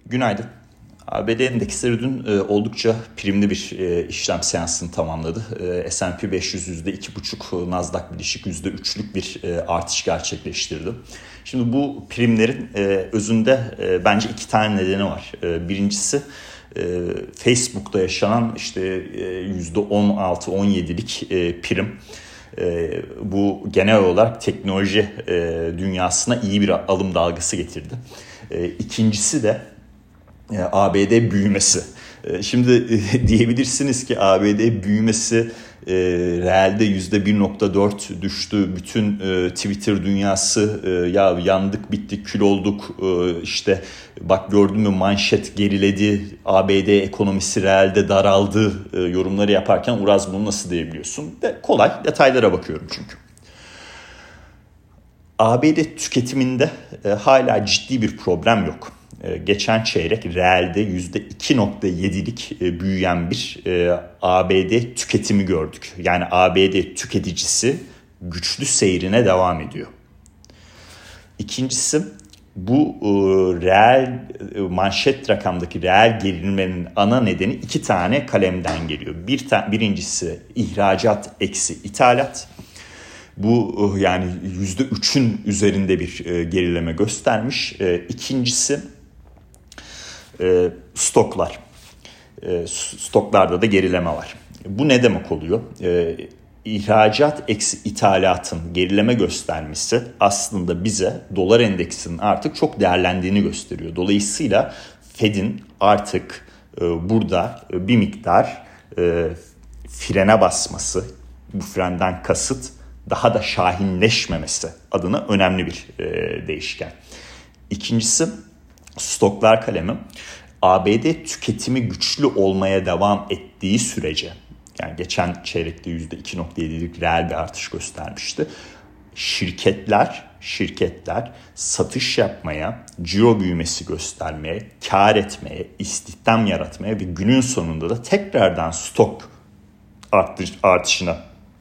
Günaydın. ABD endeksleri dün oldukça primli bir işlem seansını tamamladı. S&P 500 %2,5, Nasdaq Bilişik %3'lük bir artış gerçekleştirdi. Şimdi bu primlerin özünde bence iki tane nedeni var. Birincisi Facebook'ta yaşanan %16-17'lik prim. Bu genel olarak teknoloji dünyasına iyi bir alım dalgası getirdi. İkincisi de ABD büyümesi. Şimdi diyebilirsiniz ki ABD büyümesi realde %1,4 düştü. Bütün Twitter dünyası ya yandık bittik kül olduk bak gördün mü manşet geriledi, ABD ekonomisi realde daraldı yorumları yaparken Uraz bunu nasıl diyebiliyorsun? Kolay, detaylara bakıyorum çünkü. ABD tüketiminde hala ciddi bir problem yok. Geçen çeyrek realde %2,7'lik büyüyen bir ABD tüketimi gördük. Yani ABD tüketicisi güçlü seyrine devam ediyor. İkincisi bu reel manşet rakamdaki reel gerilmenin ana nedeni iki tane kalemden geliyor. Birincisi ihracat eksi ithalat. Bu yani %3'ün üzerinde bir gerileme göstermiş. İkincisi stoklar. Stoklarda da gerileme var. Bu ne demek oluyor? İhracat eksi ithalatın gerileme göstermesi aslında bize dolar endeksinin artık çok değerlendiğini gösteriyor. Dolayısıyla Fed'in artık burada bir miktar frene basması, bu frenden kasıt daha da şahinleşmemesi adına önemli bir değişken. İkincisi stoklar kalemi. ABD tüketimi güçlü olmaya devam ettiği sürece, yani geçen çeyrekte %2,7'lik reel bir artış göstermişti. Şirketler satış yapmaya, ciro büyümesi göstermeye, kar etmeye, istihdam yaratmaya ve günün sonunda da tekrardan stok artışına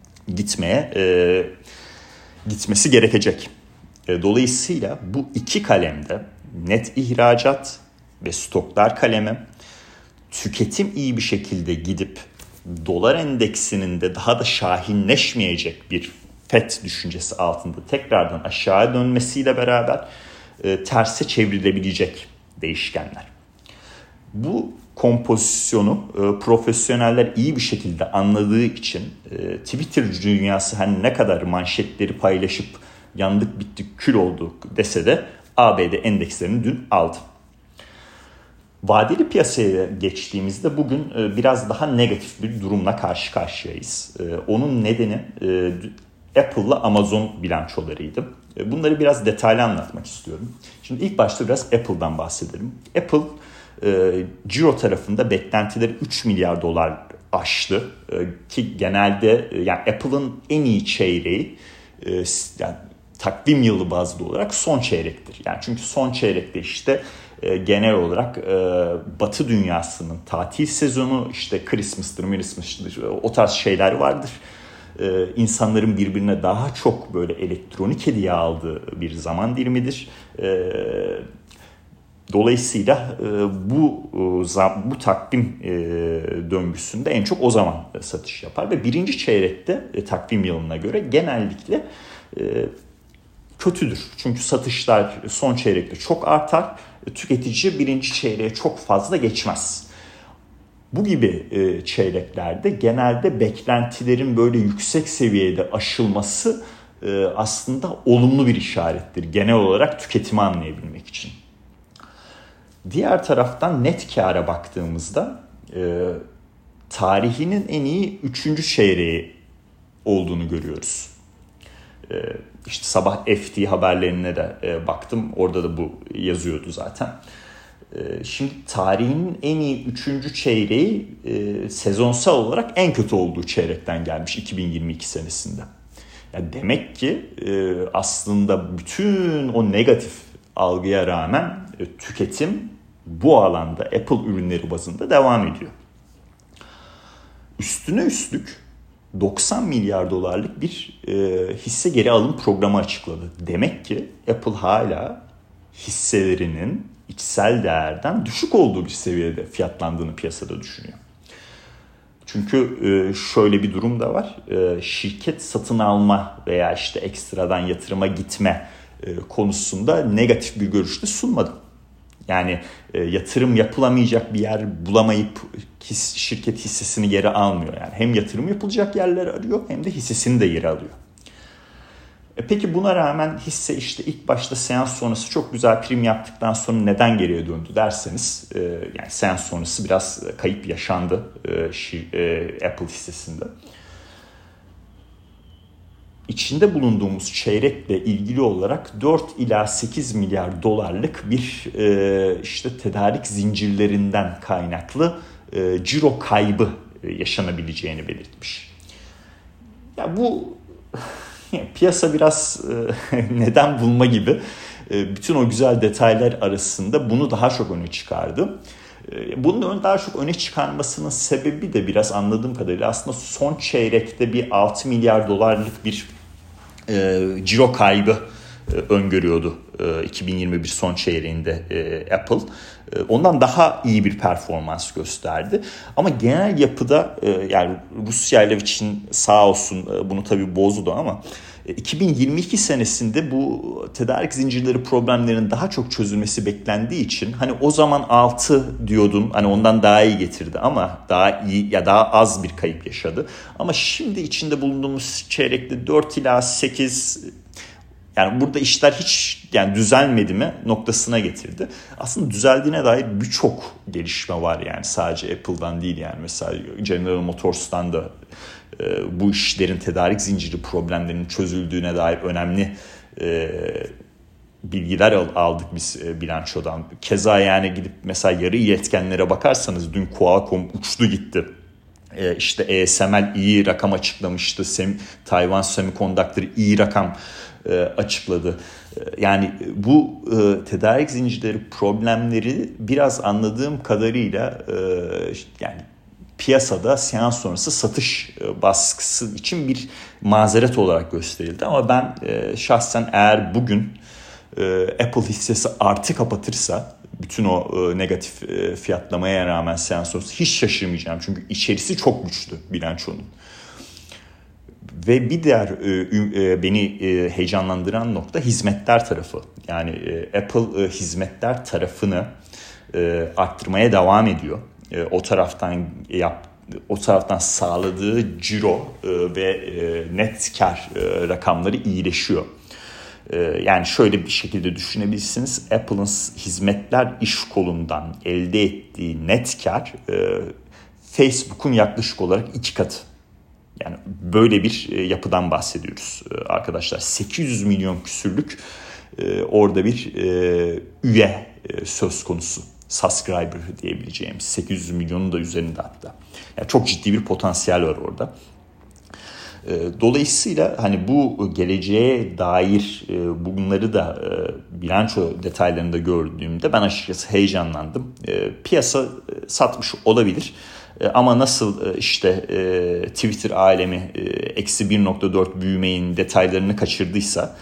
gitmesi gerekecek. Dolayısıyla bu iki kalemde net ihracat ve stoklar kalemi tüketim iyi bir şekilde gidip dolar endeksinin de daha da şahinleşmeyecek bir FED düşüncesi altında tekrardan aşağı dönmesiyle beraber terse çevrilebilecek değişkenler. Bu kompozisyonu profesyoneller iyi bir şekilde anladığı için Twitter dünyası her ne kadar manşetleri paylaşıp yandık bittik kül olduk dese de ABD endekslerini dün aldı. Vadeli piyasaya geçtiğimizde bugün biraz daha negatif bir durumla karşı karşıyayız. Onun nedeni Apple'la Amazon bilançolarıydı. Bunları biraz detaylı anlatmak istiyorum. Şimdi ilk başta biraz Apple'dan bahsedelim. Apple ciro tarafında beklentileri 3 milyar dolar aştı. Ki genelde yani Apple'ın en iyi çeyreği yani takvim yılı bazlı olarak son çeyrektir. Yani çünkü son çeyrekte genel olarak Batı dünyasının tatil sezonu Christmas'tır, o tarz şeyler vardır. İnsanların birbirine daha çok böyle elektronik hediye aldığı bir zaman dilimidir. Dolayısıyla bu takvim döngüsünde en çok o zaman satış yapar ve birinci çeyrekte takvim yılına göre genellikle kötüdür. Çünkü satışlar son çeyrekte çok artar. Tüketici birinci çeyreğe çok fazla geçmez. Bu gibi çeyreklerde genelde beklentilerin böyle yüksek seviyede aşılması aslında olumlu bir işarettir. Genel olarak tüketimi anlayabilmek için. Diğer taraftan net kâra baktığımızda tarihinin en iyi 3. çeyreği olduğunu görüyoruz. Sabah FT haberlerine de baktım. Orada da bu yazıyordu zaten. Şimdi tarihin en iyi 3. çeyreği sezonsal olarak en kötü olduğu çeyrekten gelmiş 2022 senesinde. Yani demek ki aslında bütün o negatif algıya rağmen tüketim bu alanda Apple ürünleri bazında devam ediyor. Üstüne üstlük 90 milyar dolarlık bir hisse geri alım programı açıkladı. Demek ki Apple hala hisselerinin içsel değerden düşük olduğu bir seviyede fiyatlandığını piyasada düşünüyor. Çünkü şöyle bir durum da var. Şirket satın alma veya işte ekstradan yatırıma gitme konusunda negatif bir görüş de sunmadı. Yani yatırım yapılamayacak bir yer bulamayıp şirket hissesini geri almıyor. Yani hem yatırım yapılacak yerler arıyor hem de hissesini de geri alıyor. Peki buna rağmen hisse işte ilk başta seans sonrası çok güzel prim yaptıktan sonra neden geriye döndü derseniz, yani seans sonrası biraz kayıp yaşandı Apple hissesinde. İçinde bulunduğumuz çeyrekle ilgili olarak 4 ila 8 milyar dolarlık bir işte tedarik zincirlerinden kaynaklı ciro kaybı yaşanabileceğini belirtmiş. Ya bu piyasa biraz neden bulma gibi bütün o güzel detaylar arasında bunu daha çok öne çıkardı. Bunun daha çok öne çıkarmasının sebebi de biraz anladığım kadarıyla aslında son çeyrekte bir 6 milyar dolarlık bir ciro kaybı öngörüyordu 2021 son çeyreğinde Apple. Ondan daha iyi bir performans gösterdi. Ama genel yapıda yani Rusya ile Çin sağ olsun bunu tabii bozdu ama 2022 senesinde bu tedarik zincirleri problemlerinin daha çok çözülmesi beklendiği için hani o zaman 6 diyordun, hani ondan daha iyi getirdi ama daha iyi ya daha az bir kayıp yaşadı. Ama şimdi içinde bulunduğumuz çeyrekte 4 ila 8, yani burada işler hiç yani düzelmedi mi noktasına getirdi. Aslında düzeldiğine dair birçok gelişme var yani sadece Apple'dan değil, yani mesela General Motors'tan da bu işlerin tedarik zinciri problemlerinin çözüldüğüne dair önemli bilgiler aldık biz bilançodan. Keza yani gidip mesela yarı iletkenlere bakarsanız dün Qualcomm uçtu gitti. İşte ASML iyi rakam açıklamıştı. Taiwan Semiconductor iyi rakam açıkladı. Yani bu tedarik zincirleri problemleri biraz anladığım kadarıyla yani piyasada seans sonrası satış baskısı için bir mazeret olarak gösterildi. Ama ben şahsen eğer bugün Apple hissesi artı kapatırsa bütün o negatif fiyatlamaya rağmen seans sonrası hiç şaşırmayacağım. Çünkü içerisi çok güçlü bilançonun. Ve bir diğer beni heyecanlandıran nokta hizmetler tarafı. Yani Apple hizmetler tarafını arttırmaya devam ediyor. O taraftan sağladığı ciro ve net kar rakamları iyileşiyor. Yani şöyle bir şekilde düşünebilirsiniz. Apple'ın hizmetler iş kolundan elde ettiği net kar Facebook'un yaklaşık olarak 2 katı. Yani böyle bir yapıdan bahsediyoruz arkadaşlar. 800 milyon küsürlük orada bir üye söz konusu. Subscriber diyebileceğimiz 800 milyonun da üzerinde hatta. Yani çok ciddi bir potansiyel var orada. Dolayısıyla hani bu geleceğe dair bunları da bilanço detaylarında gördüğümde ben açıkçası heyecanlandım. Piyasa satmış olabilir. Ama nasıl işte Twitter alemi eksi 1.4 büyümeyin detaylarını kaçırdıysa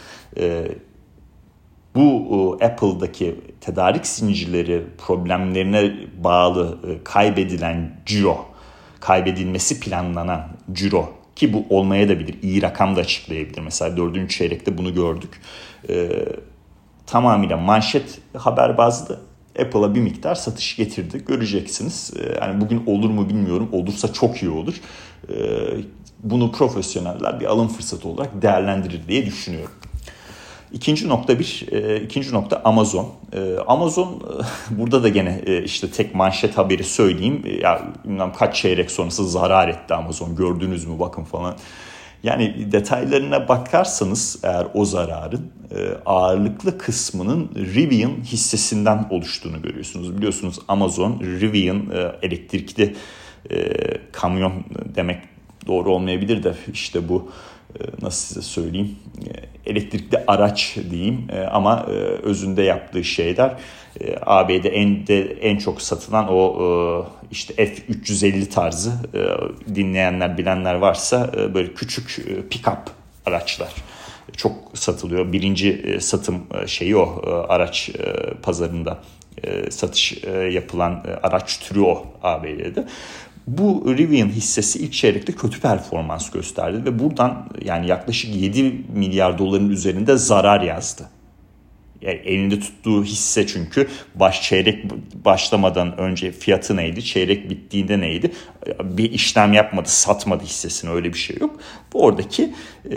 bu Apple'daki tedarik zincirleri problemlerine bağlı kaybedilen ciro, kaybedilmesi planlanan ciro ki bu olmaya da bilir, iyi rakam da açıklayabilir. Mesela 4. çeyrekte bunu gördük. Tamamıyla manşet haber bazlı Apple'a bir miktar satış getirdi. Göreceksiniz. Yani bugün olur mu bilmiyorum. Olursa çok iyi olur. Bunu profesyoneller bir alım fırsatı olarak değerlendirir diye düşünüyorum. İkinci nokta Amazon. Amazon burada da gene işte tek manşet haberi söyleyeyim. Ya bilmem kaç çeyrek sonrası zarar etti Amazon. Gördünüz mü bakın falan. Yani detaylarına bakarsanız eğer o zararın ağırlıklı kısmının Rivian hissesinden oluştuğunu görüyorsunuz. Biliyorsunuz Amazon, Rivian elektrikli kamyon demek doğru olmayabilir de işte bu nasıl size söyleyeyim, elektrikli araç diyeyim ama özünde yaptığı şeyler ABD'de en çok satılan o işte F350 tarzı, dinleyenler bilenler varsa böyle küçük pick-up araçlar. çok satılıyor. Birinci satım şeyi o, araç pazarında satış yapılan araç türü o ABD'de. Bu Rivian hissesi ilk çeyrekte kötü performans gösterdi ve buradan yani yaklaşık 7 milyar doların üzerinde zarar yazdı. Yani elinde tuttuğu hisse çünkü çeyrek başlamadan önce fiyatı neydi, çeyrek bittiğinde neydi? Bir işlem yapmadı, satmadı hissesini, öyle bir şey yok. Bu oradaki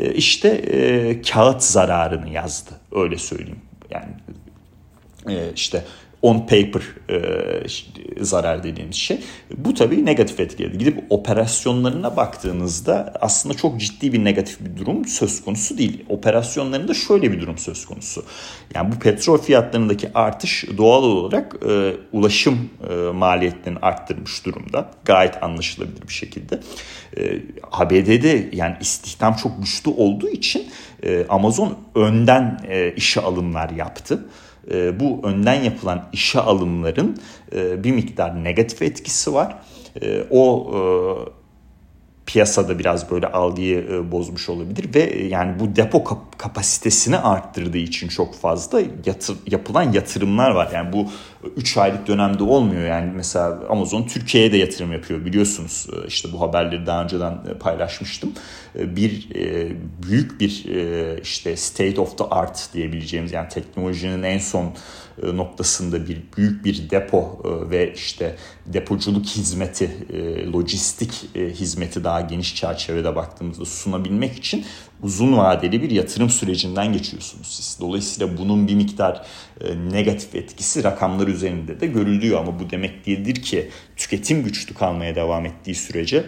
kağıt zararını yazdı, öyle söyleyeyim. Yani işte on paper zarar dediğimiz şey. Bu tabii negatif etkiledi. Gidip operasyonlarına baktığınızda aslında çok ciddi bir negatif bir durum söz konusu değil. Operasyonlarında şöyle bir durum söz konusu. Yani bu petrol fiyatlarındaki artış doğal olarak ulaşım maliyetlerini arttırmış durumda. Gayet anlaşılabilir bir şekilde. ABD'de yani istihdam çok güçlü olduğu için Amazon önden işe alımlar yaptı. Bu önden yapılan işe alımların bir miktar negatif etkisi var. O piyasada biraz böyle algıyı bozmuş olabilir ve yani bu depo kapasitesini arttırdığı için çok fazla yapılan yatırımlar var. Yani bu 3 aylık dönemde olmuyor. Yani mesela Amazon Türkiye'ye de yatırım yapıyor, biliyorsunuz. İşte bu haberleri daha önceden paylaşmıştım. Büyük bir işte state of the art diyebileceğimiz, yani teknolojinin en son noktasında büyük bir depo ve işte depoculuk hizmeti, lojistik hizmeti daha geniş çerçevede baktığımızda sunabilmek için uzun vadeli bir yatırım sürecinden geçiyorsunuz siz. Dolayısıyla bunun bir miktar negatif etkisi rakamlar üzerinde de görülüyor, ama bu demek değildir ki tüketim güçlü kalmaya devam ettiği sürece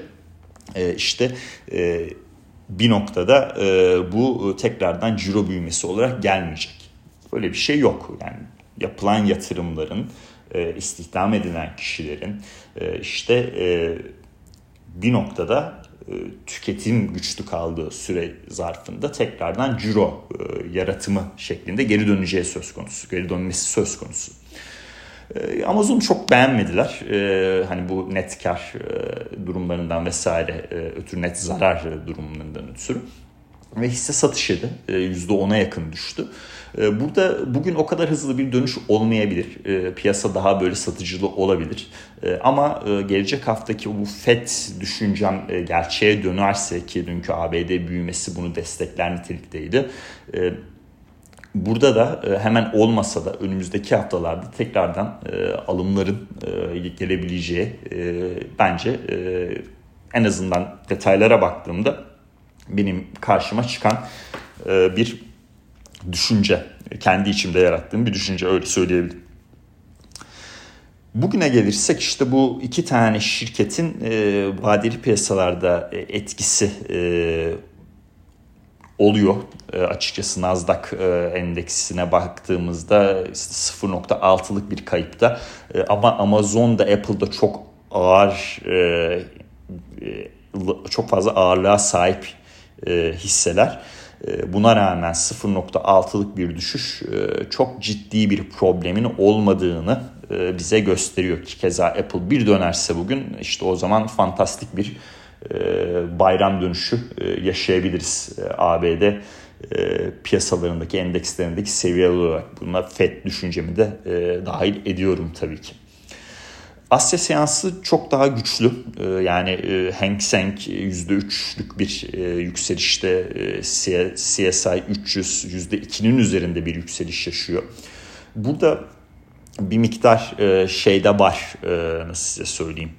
bir noktada bu tekrardan ciro büyümesi olarak gelmeyecek. Böyle bir şey yok. Yani yapılan yatırımların, istihdam edilen kişilerin bir noktada tüketim güçlü kaldığı süre zarfında tekrardan ciro yaratımı şeklinde geri dönmesi söz konusu. Amazon'u çok beğenmediler. Hani bu net kar durumlarından vesaire ötürü, net zarar durumlarından ötürü. Ve hisse satışı da %10'a yakın düştü. Burada bugün o kadar hızlı bir dönüş olmayabilir. Piyasa daha böyle satıcılı olabilir. Ama gelecek haftaki bu FED düşüncem gerçeğe dönerse, ki dünkü ABD büyümesi bunu destekler nitelikteydi. Burada da hemen olmasa da önümüzdeki haftalarda tekrardan alımların gelebileceği bence en azından detaylara baktığımda benim karşıma çıkan bir düşünce. Kendi içimde yarattığım bir düşünce, öyle söyleyebilirim. Bugüne gelirsek işte bu iki tane şirketin vadeli piyasalarda etkisi oluyor. Açıkçası Nasdaq endeksine baktığımızda işte 0.6'lık bir kayıpta. Ama Amazon'da, Apple'da çok ağır, çok fazla ağırlığa sahip hisseler. Buna rağmen 0.6'lık bir düşüş çok ciddi bir problemin olmadığını bize gösteriyor ki keza Apple bir dönerse bugün işte o zaman fantastik bir bayram dönüşü yaşayabiliriz ABD piyasalarındaki, endekslerindeki seviyeler olarak. Buna FED düşüncemi de dahil ediyorum tabii ki. Asya seansı çok daha güçlü. Yani Hang Seng %3'lük bir yükselişte, CSI 300 %2'nin üzerinde bir yükseliş yaşıyor. Burada bir miktar şeyde var, nasıl size söyleyeyim.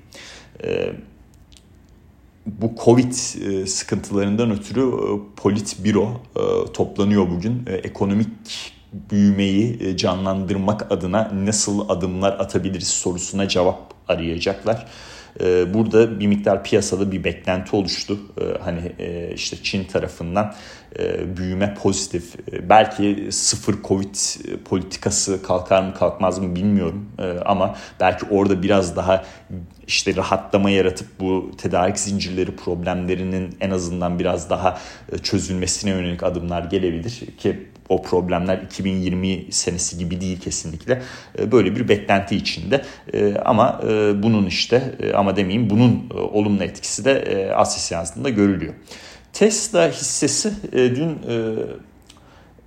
Bu Covid sıkıntılarından ötürü Politbüro toplanıyor bugün. Ekonomik büyümeyi canlandırmak adına nasıl adımlar atabiliriz sorusuna cevap arayacaklar. Burada bir miktar piyasada bir beklenti oluştu. Hani işte Çin tarafından büyüme pozitif. Belki sıfır Covid politikası kalkar mı kalkmaz mı bilmiyorum. Ama belki orada biraz daha işte rahatlama yaratıp bu tedarik zincirleri problemlerinin en azından biraz daha çözülmesine yönelik adımlar gelebilir ki o problemler 2020 senesi gibi değil kesinlikle. Böyle bir beklenti içinde. Ama bunun bunun olumlu etkisi de Asya seansında görülüyor. Tesla hissesi dün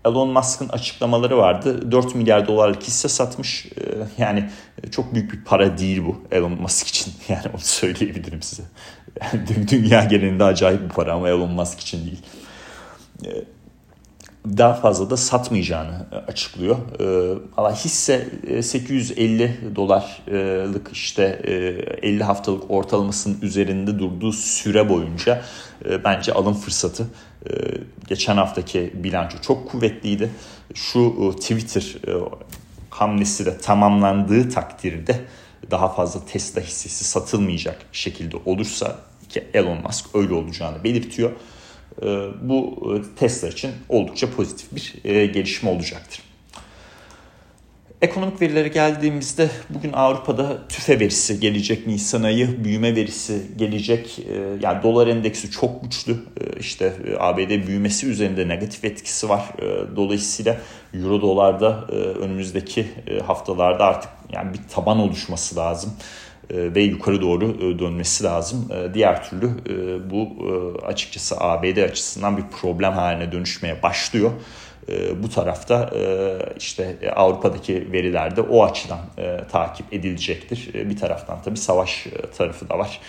Elon Musk'ın açıklamaları vardı. 4 milyar dolarlık hisse satmış. Yani çok büyük bir para değil bu Elon Musk için. Yani onu söyleyebilirim size. Yani dünya genelinde acayip bir para ama Elon Musk için değil. Daha fazla da satmayacağını açıklıyor. Ama hisse 850 dolarlık işte 50 haftalık ortalamasının üzerinde durduğu süre boyunca bence alım fırsatı. Geçen haftaki bilanço çok kuvvetliydi. Şu Twitter hamlesi de tamamlandığı takdirde daha fazla Tesla hissesi satılmayacak şekilde olursa, ki Elon Musk öyle olacağını belirtiyor, bu Tesla için oldukça pozitif bir gelişme olacaktır. Ekonomik verilere geldiğimizde bugün Avrupa'da TÜFE verisi gelecek, Nisan ayı büyüme verisi gelecek. Yani dolar endeksi çok güçlü. İşte ABD büyümesi üzerinde negatif etkisi var. Dolayısıyla euro dolarda önümüzdeki haftalarda artık yani bir taban oluşması lazım ve yukarı doğru dönmesi lazım. Diğer türlü bu açıkçası ABD açısından bir problem haline dönüşmeye başlıyor. Bu tarafta işte Avrupa'daki veriler de o açıdan takip edilecektir. Bir taraftan tabii savaş tarafı da var.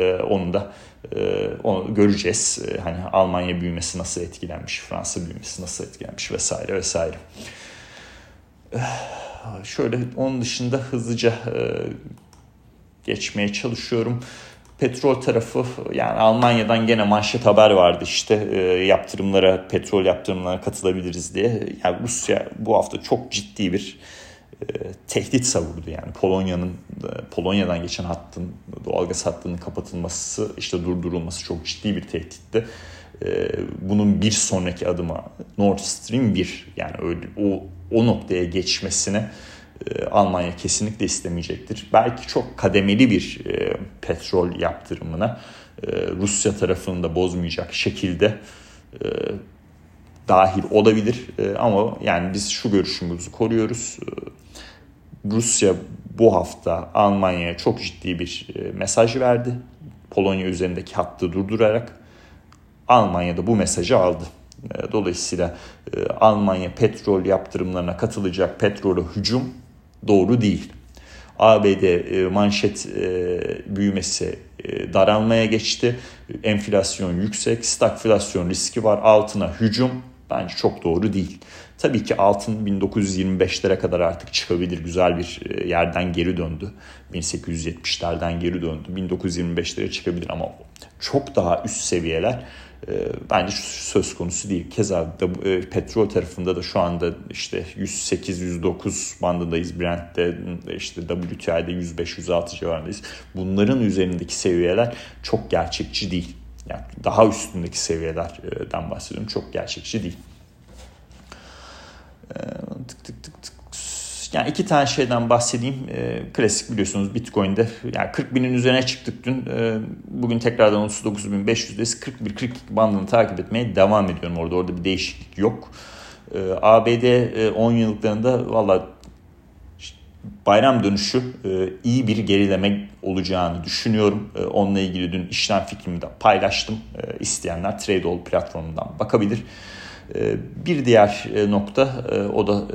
Onu göreceğiz. Hani Almanya büyümesi nasıl etkilenmiş, Fransa büyümesi nasıl etkilenmiş vesaire vesaire. Şöyle onun dışında hızlıca geçmeye çalışıyorum. Petrol tarafı, yani Almanya'dan gene manşet haber vardı işte petrol yaptırımlarına katılabiliriz diye. Yani Rusya bu hafta çok ciddi bir tehdit savurdu. Yani Polonya'dan geçen doğalgaz hattının kapatılması, işte durdurulması çok ciddi bir tehditti. Bunun bir sonraki adımı Nord Stream 1, yani öyle o noktaya geçmesini Almanya kesinlikle istemeyecektir. Belki çok kademeli bir petrol yaptırımına Rusya tarafını da bozmayacak şekilde dahil olabilir. Ama yani biz şu görüşümüzü koruyoruz. Rusya bu hafta Almanya'ya çok ciddi bir mesaj verdi. Polonya üzerindeki hattı durdurarak Almanya da bu mesajı aldı. Dolayısıyla Almanya petrol yaptırımlarına katılacak, petrole hücum doğru değil. ABD manşet büyümesi daralmaya geçti. Enflasyon yüksek, stagflasyon riski var. Altına hücum bence çok doğru değil. Tabii ki altın 1925'lere kadar artık çıkabilir. Güzel bir yerden geri döndü. 1870'lerden geri döndü. 1925'lere çıkabilir ama çok daha üst seviyeler bence söz konusu değil. Keza petrol tarafında da şu anda işte 108-109 bandındayız. Brent'te işte WTI'de 105-106 civarındayız. Bunların üzerindeki seviyeler çok gerçekçi değil. Yani daha üstündeki seviyelerden bahsediyorum. Çok gerçekçi değil. Yani iki tane şeyden bahsedeyim. Klasik biliyorsunuz Bitcoin'de yani 40 binin üzerine çıktık dün. Bugün tekrardan 39.500'deyiz. 41-42 bandını takip etmeye devam ediyorum. Orada bir değişiklik yok. ABD 10 yıllıklarında valla bayram dönüşü iyi bir gerileme olacağını düşünüyorum. Onunla ilgili dün işlem fikrimi de paylaştım. İsteyenler Tradeall platformundan bakabilir. Bir diğer nokta o da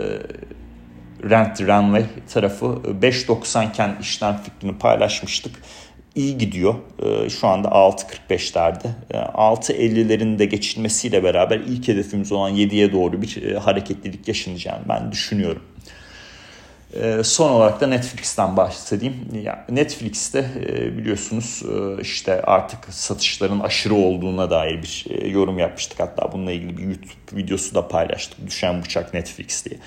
Rent Runway tarafı. 5.90 iken işlem fikrini paylaşmıştık. İyi gidiyor. Şu anda 6.45'lerde. 6.50'lerin de geçilmesiyle beraber ilk hedefimiz olan 7'ye doğru bir hareketlilik yaşanacağını ben düşünüyorum. Son olarak da Netflix'ten bahsedeyim. Netflix'te biliyorsunuz işte artık satışların aşırı olduğuna dair bir yorum yapmıştık. Hatta bununla ilgili bir YouTube videosu da paylaştık. Düşen bıçak Netflix diye.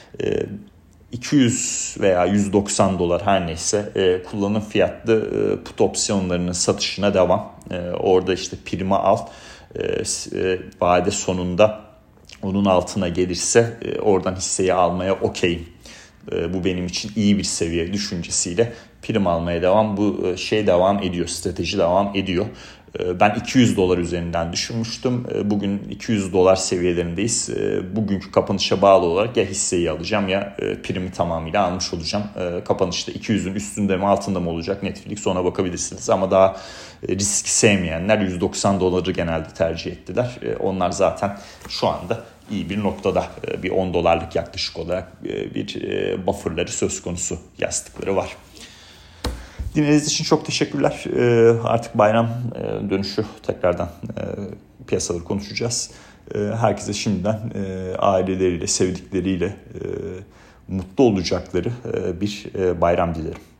200 veya 190 dolar her neyse kullanım fiyatlı put opsiyonlarının satışına devam. Orada işte primi al. Vade sonunda onun altına gelirse oradan hisseyi almaya okeyim. Bu benim için iyi bir seviye düşüncesiyle prim almaya devam. Bu devam ediyor, strateji devam ediyor. Ben $200 üzerinden düşünmüştüm. Bugün $200 seviyelerindeyiz. Bugünkü kapanışa bağlı olarak ya hisseyi alacağım ya primi tamamıyla almış olacağım. Kapanışta 200'ün üstünde mi altında mı olacak Netflix, ona bakabilirsiniz. Ama daha risk sevmeyenler $190 genelde tercih ettiler. Onlar zaten şu anda iyi bir noktada, bir $10 yaklaşık olarak bir bufferları söz konusu, yastıkları var. Dinlediğiniz için çok teşekkürler. Artık bayram dönüşü tekrardan piyasaları konuşacağız. Herkese şimdiden aileleriyle, sevdikleriyle mutlu olacakları bir bayram dilerim.